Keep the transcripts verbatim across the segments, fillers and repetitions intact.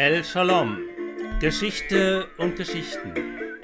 El Shalom. Geschichte und Geschichten.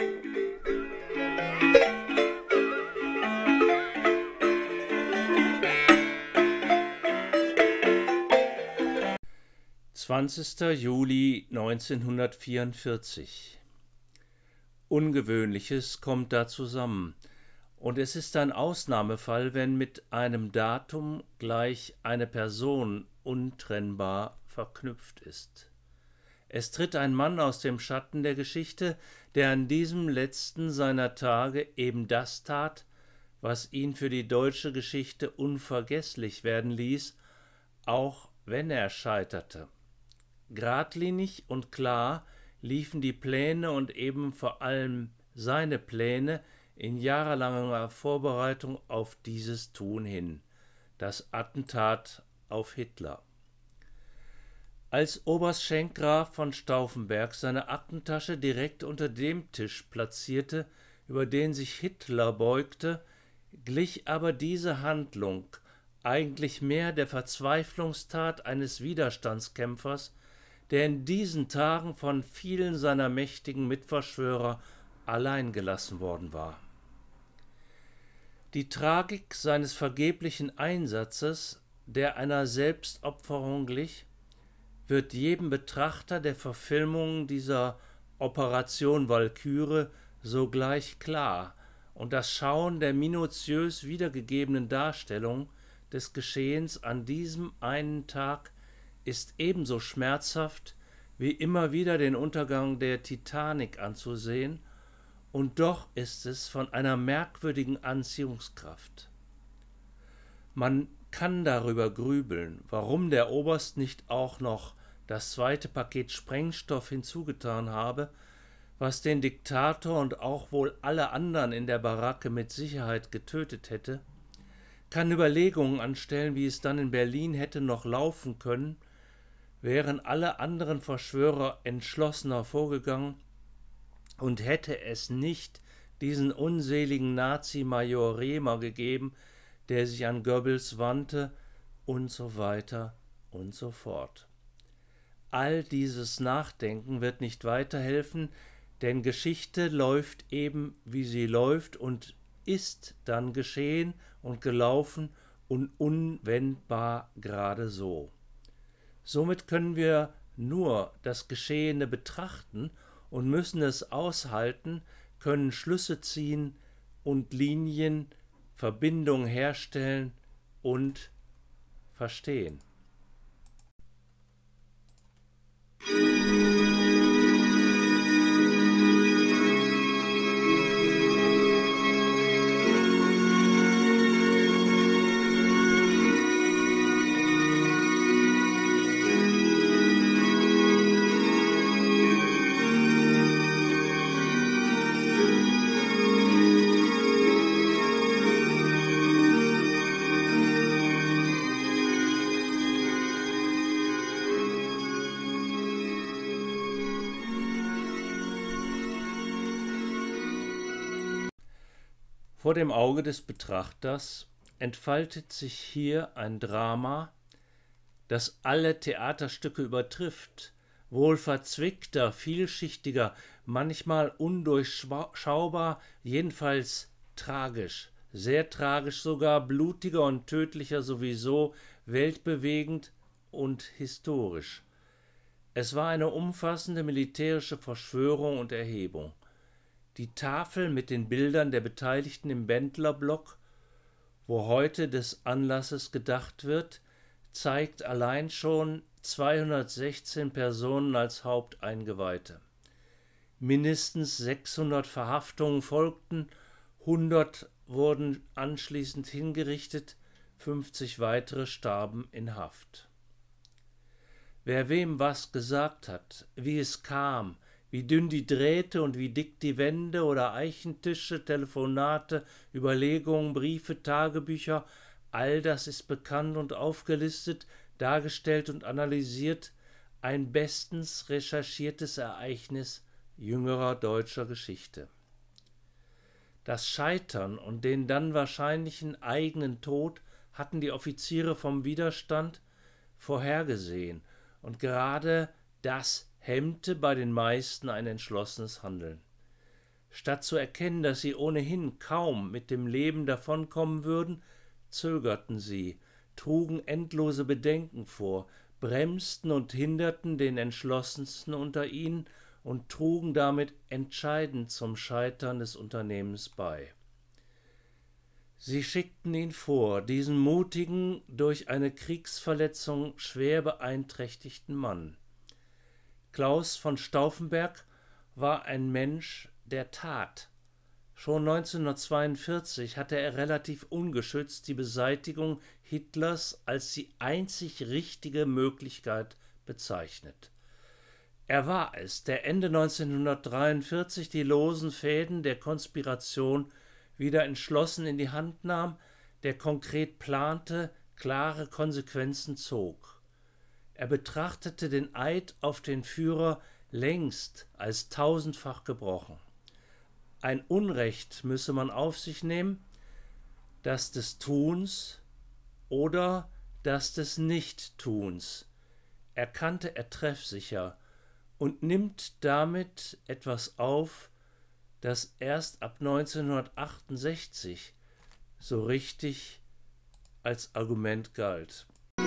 zwanzigster Juli neunzehnhundertvierundvierzig. Ungewöhnliches kommt da zusammen, und es ist ein Ausnahmefall, wenn mit einem Datum gleich eine Person untrennbar verknüpft ist. Es tritt ein Mann aus dem Schatten der Geschichte, der an diesem letzten seiner Tage eben das tat, was ihn für die deutsche Geschichte unvergesslich werden ließ, auch wenn er scheiterte. Geradlinig und klar liefen die Pläne und eben vor allem seine Pläne in jahrelanger Vorbereitung auf dieses Tun hin, das Attentat auf Hitler. Als Oberst Schenkgraf von Stauffenberg seine Aktentasche direkt unter dem Tisch platzierte, über den sich Hitler beugte, glich aber diese Handlung eigentlich mehr der Verzweiflungstat eines Widerstandskämpfers, der in diesen Tagen von vielen seiner mächtigen Mitverschwörer allein gelassen worden war. Die Tragik seines vergeblichen Einsatzes, der einer Selbstopferung glich, wird jedem Betrachter der Verfilmung dieser Operation Walküre sogleich klar, und das Schauen der minutiös wiedergegebenen Darstellung des Geschehens an diesem einen Tag ist ebenso schmerzhaft, wie immer wieder den Untergang der Titanic anzusehen, und doch ist es von einer merkwürdigen Anziehungskraft. Man kann darüber grübeln, warum der Oberst nicht auch noch das zweite Paket Sprengstoff hinzugetan habe, was den Diktator und auch wohl alle anderen in der Baracke mit Sicherheit getötet hätte, kann Überlegungen anstellen, wie es dann in Berlin hätte noch laufen können, wären alle anderen Verschwörer entschlossener vorgegangen, und hätte es nicht diesen unseligen Nazi-Major Rehmer gegeben, der sich an Goebbels wandte, und so weiter und so fort. All dieses Nachdenken wird nicht weiterhelfen, denn Geschichte läuft eben, wie sie läuft, und ist dann geschehen und gelaufen und unwendbar gerade so. Somit können wir nur das Geschehene betrachten und müssen es aushalten, können Schlüsse ziehen und Linien, Verbindungen herstellen und verstehen. Vor dem Auge des Betrachters entfaltet sich hier ein Drama, das alle Theaterstücke übertrifft, wohl verzwickter, vielschichtiger, manchmal undurchschaubar, jedenfalls tragisch, sehr tragisch sogar, blutiger und tödlicher sowieso, weltbewegend und historisch. Es war eine umfassende militärische Verschwörung und Erhebung. Die Tafel mit den Bildern der Beteiligten im Bendlerblock, wo heute des Anlasses gedacht wird, zeigt allein schon zweihundertsechzehn Personen als Haupteingeweihte. Mindestens sechshundert Verhaftungen folgten, hundert wurden anschließend hingerichtet, fünfzig weitere starben in Haft. Wer wem was gesagt hat, wie es kam, wie dünn die Drähte und wie dick die Wände oder Eichentische, Telefonate, Überlegungen, Briefe, Tagebücher, all das ist bekannt und aufgelistet, dargestellt und analysiert, ein bestens recherchiertes Ereignis jüngerer deutscher Geschichte. Das Scheitern und den dann wahrscheinlichen eigenen Tod hatten die Offiziere vom Widerstand vorhergesehen, und gerade das hemmte bei den meisten ein entschlossenes Handeln. Statt zu erkennen, dass sie ohnehin kaum mit dem Leben davonkommen würden, zögerten sie, trugen endlose Bedenken vor, bremsten und hinderten den Entschlossensten unter ihnen und trugen damit entscheidend zum Scheitern des Unternehmens bei. Sie schickten ihn vor, diesen mutigen, durch eine Kriegsverletzung schwer beeinträchtigten Mann. Claus von Stauffenberg war ein Mensch der Tat. Schon neunzehnhundertzweiundvierzig hatte er relativ ungeschützt die Beseitigung Hitlers als die einzig richtige Möglichkeit bezeichnet. Er war es, der Ende neunzehnhundertdreiundvierzig die losen Fäden der Konspiration wieder entschlossen in die Hand nahm, der konkret plante, klare Konsequenzen zog. Er betrachtete den Eid auf den Führer längst als tausendfach gebrochen. Ein Unrecht müsse man auf sich nehmen, das des Tuns oder das des Nichttuns, erkannte er treffsicher und nimmt damit etwas auf, das erst ab neunzehnhundertachtundsechzig so richtig als Argument galt.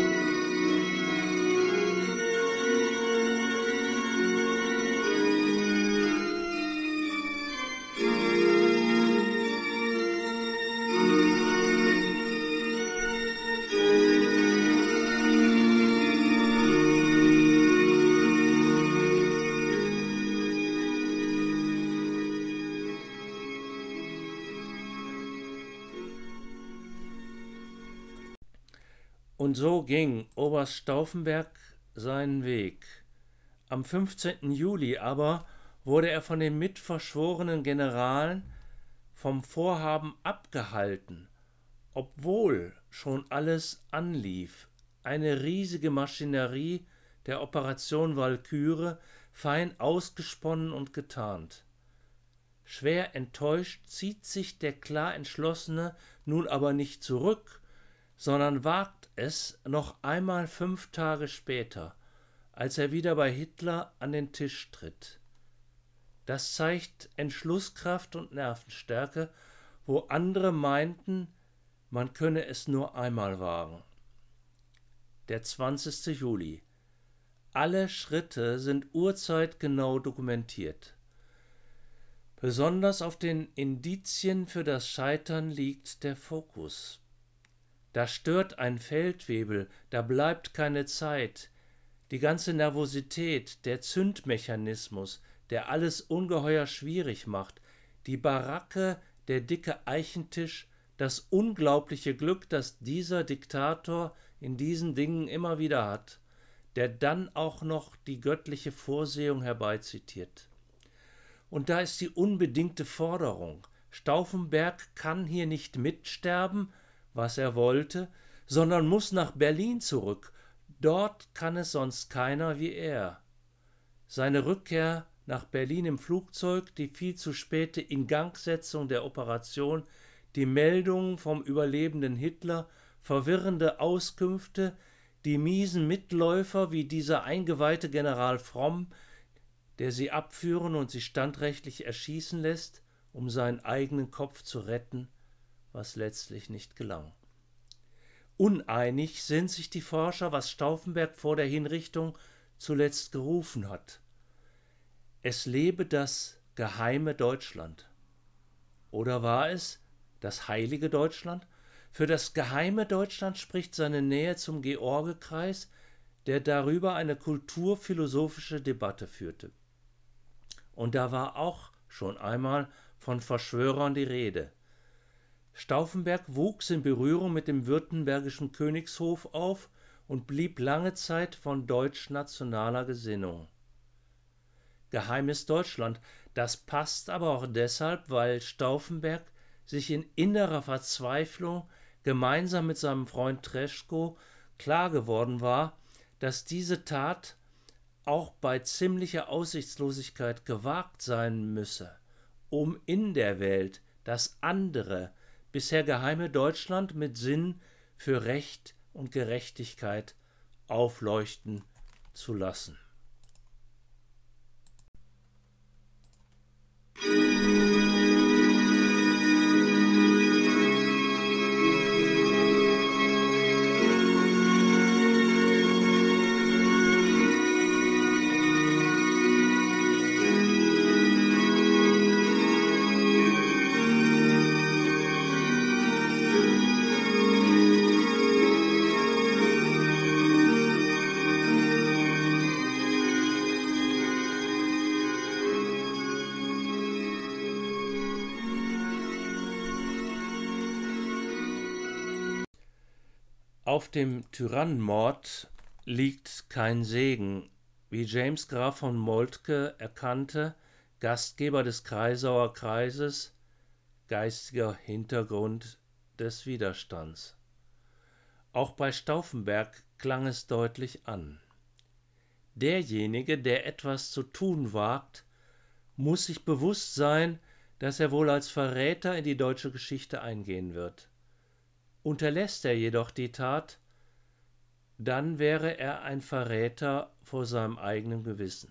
Und so ging Oberst Stauffenberg seinen Weg. Am fünfzehnten Juli aber wurde er von den mitverschworenen Generalen vom Vorhaben abgehalten, obwohl schon alles anlief. Eine riesige Maschinerie der Operation Walküre, fein ausgesponnen und getarnt. Schwer enttäuscht zieht sich der klar Entschlossene nun aber nicht zurück, sondern wagt es noch einmal fünf Tage später, als er wieder bei Hitler an den Tisch tritt. Das zeigt Entschlusskraft und Nervenstärke, wo andere meinten, man könne es nur einmal wagen. Der zwanzigste Juli. Alle Schritte sind urzeitgenau dokumentiert. Besonders auf den Indizien für das Scheitern liegt der Fokus. Da stört ein Feldwebel, da bleibt keine Zeit. Die ganze Nervosität, der Zündmechanismus, der alles ungeheuer schwierig macht, die Baracke, der dicke Eichentisch, das unglaubliche Glück, das dieser Diktator in diesen Dingen immer wieder hat, der dann auch noch die göttliche Vorsehung herbeizitiert. Und da ist die unbedingte Forderung. Stauffenberg kann hier nicht mitsterben, was er wollte, sondern muss nach Berlin zurück. Dort kann es sonst keiner wie er. Seine Rückkehr nach Berlin im Flugzeug, die viel zu späte Ingangsetzung der Operation, die Meldungen vom überlebenden Hitler, verwirrende Auskünfte, die miesen Mitläufer wie dieser eingeweihte General Fromm, der sie abführen und sie standrechtlich erschießen lässt, um seinen eigenen Kopf zu retten, was letztlich nicht gelang. Uneinig sind sich die Forscher, was Stauffenberg vor der Hinrichtung zuletzt gerufen hat. Es lebe das geheime Deutschland. Oder war es das heilige Deutschland? Für das geheime Deutschland spricht seine Nähe zum George-Kreis, der darüber eine kulturphilosophische Debatte führte. Und da war auch schon einmal von Verschwörern die Rede. Stauffenberg wuchs in Berührung mit dem württembergischen Königshof auf und blieb lange Zeit von deutsch-nationaler Gesinnung. Geheimes Deutschland, das passt aber auch deshalb, weil Stauffenberg sich in innerer Verzweiflung gemeinsam mit seinem Freund Treschko klar geworden war, dass diese Tat auch bei ziemlicher Aussichtslosigkeit gewagt sein müsse, um in der Welt das andere, bisher geheime Deutschland mit Sinn für Recht und Gerechtigkeit aufleuchten zu lassen. Auf dem Tyrannenmord liegt kein Segen, wie James Graf von Moltke erkannte, Gastgeber des Kreisauer Kreises, geistiger Hintergrund des Widerstands. Auch bei Stauffenberg klang es deutlich an. Derjenige, der etwas zu tun wagt, muss sich bewusst sein, dass er wohl als Verräter in die deutsche Geschichte eingehen wird. Unterlässt er jedoch die Tat, dann wäre er ein Verräter vor seinem eigenen Gewissen.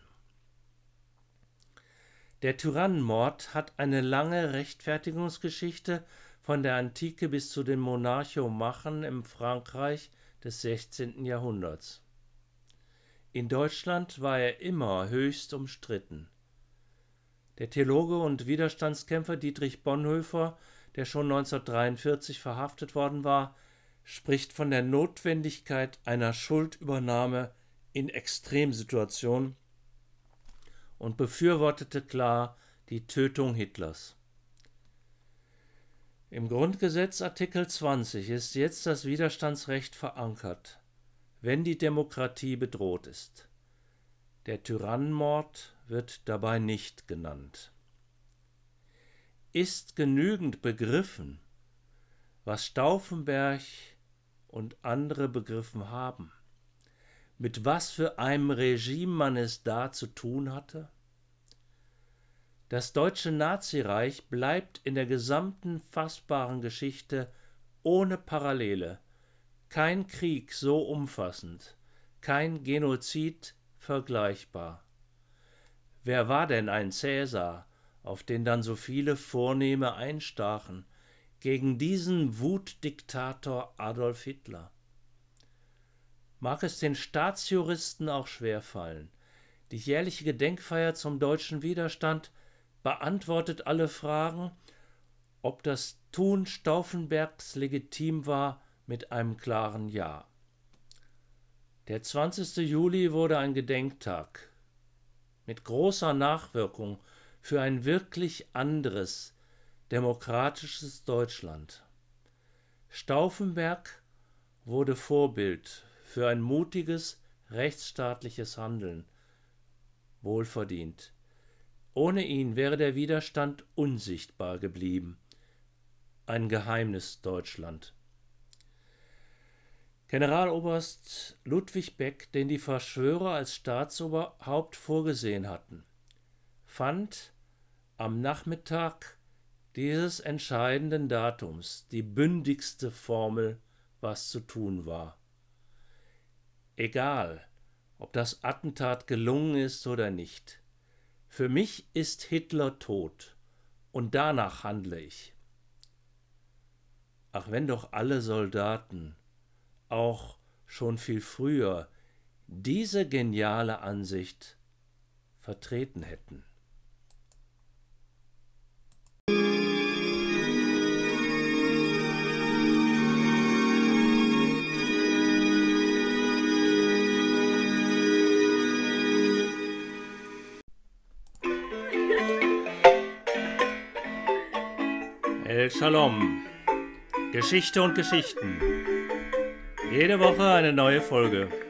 Der Tyrannenmord hat eine lange Rechtfertigungsgeschichte von der Antike bis zu den Monarchomachen im Frankreich des sechzehnten Jahrhunderts. In Deutschland war er immer höchst umstritten. Der Theologe und Widerstandskämpfer Dietrich Bonhoeffer, der schon neunzehnhundertdreiundvierzig verhaftet worden war, spricht von der Notwendigkeit einer Schuldübernahme in Extremsituationen und befürwortete klar die Tötung Hitlers. Im Grundgesetz Artikel zwanzig ist jetzt das Widerstandsrecht verankert, wenn die Demokratie bedroht ist. Der Tyrannenmord wird dabei nicht genannt. Ist genügend begriffen, was Stauffenberg und andere begriffen haben, mit was für einem Regime man es da zu tun hatte? Das deutsche Nazireich bleibt in der gesamten fassbaren Geschichte ohne Parallele, kein Krieg so umfassend, kein Genozid vergleichbar. Wer war denn ein Cäsar, auf den dann so viele Vornehme einstachen, gegen diesen Wutdiktator Adolf Hitler? Mag es den Staatsjuristen auch schwerfallen, die jährliche Gedenkfeier zum deutschen Widerstand beantwortet alle Fragen, ob das Tun Stauffenbergs legitim war, mit einem klaren Ja. Der zwanzigste Juli wurde ein Gedenktag mit großer Nachwirkung für ein wirklich anderes, demokratisches Deutschland. Stauffenberg wurde Vorbild für ein mutiges, rechtsstaatliches Handeln. Wohlverdient. Ohne ihn wäre der Widerstand unsichtbar geblieben. Ein Geheimnis Deutschland. Generaloberst Ludwig Beck, den die Verschwörer als Staatsoberhaupt vorgesehen hatten, fand am Nachmittag dieses entscheidenden Datums die bündigste Formel, was zu tun war. Egal, ob das Attentat gelungen ist oder nicht. Für mich ist Hitler tot und danach handle ich. Ach, wenn doch alle Soldaten, auch schon viel früher, diese geniale Ansicht vertreten hätten. El Shalom. Geschichte und Geschichten. Jede Woche eine neue Folge.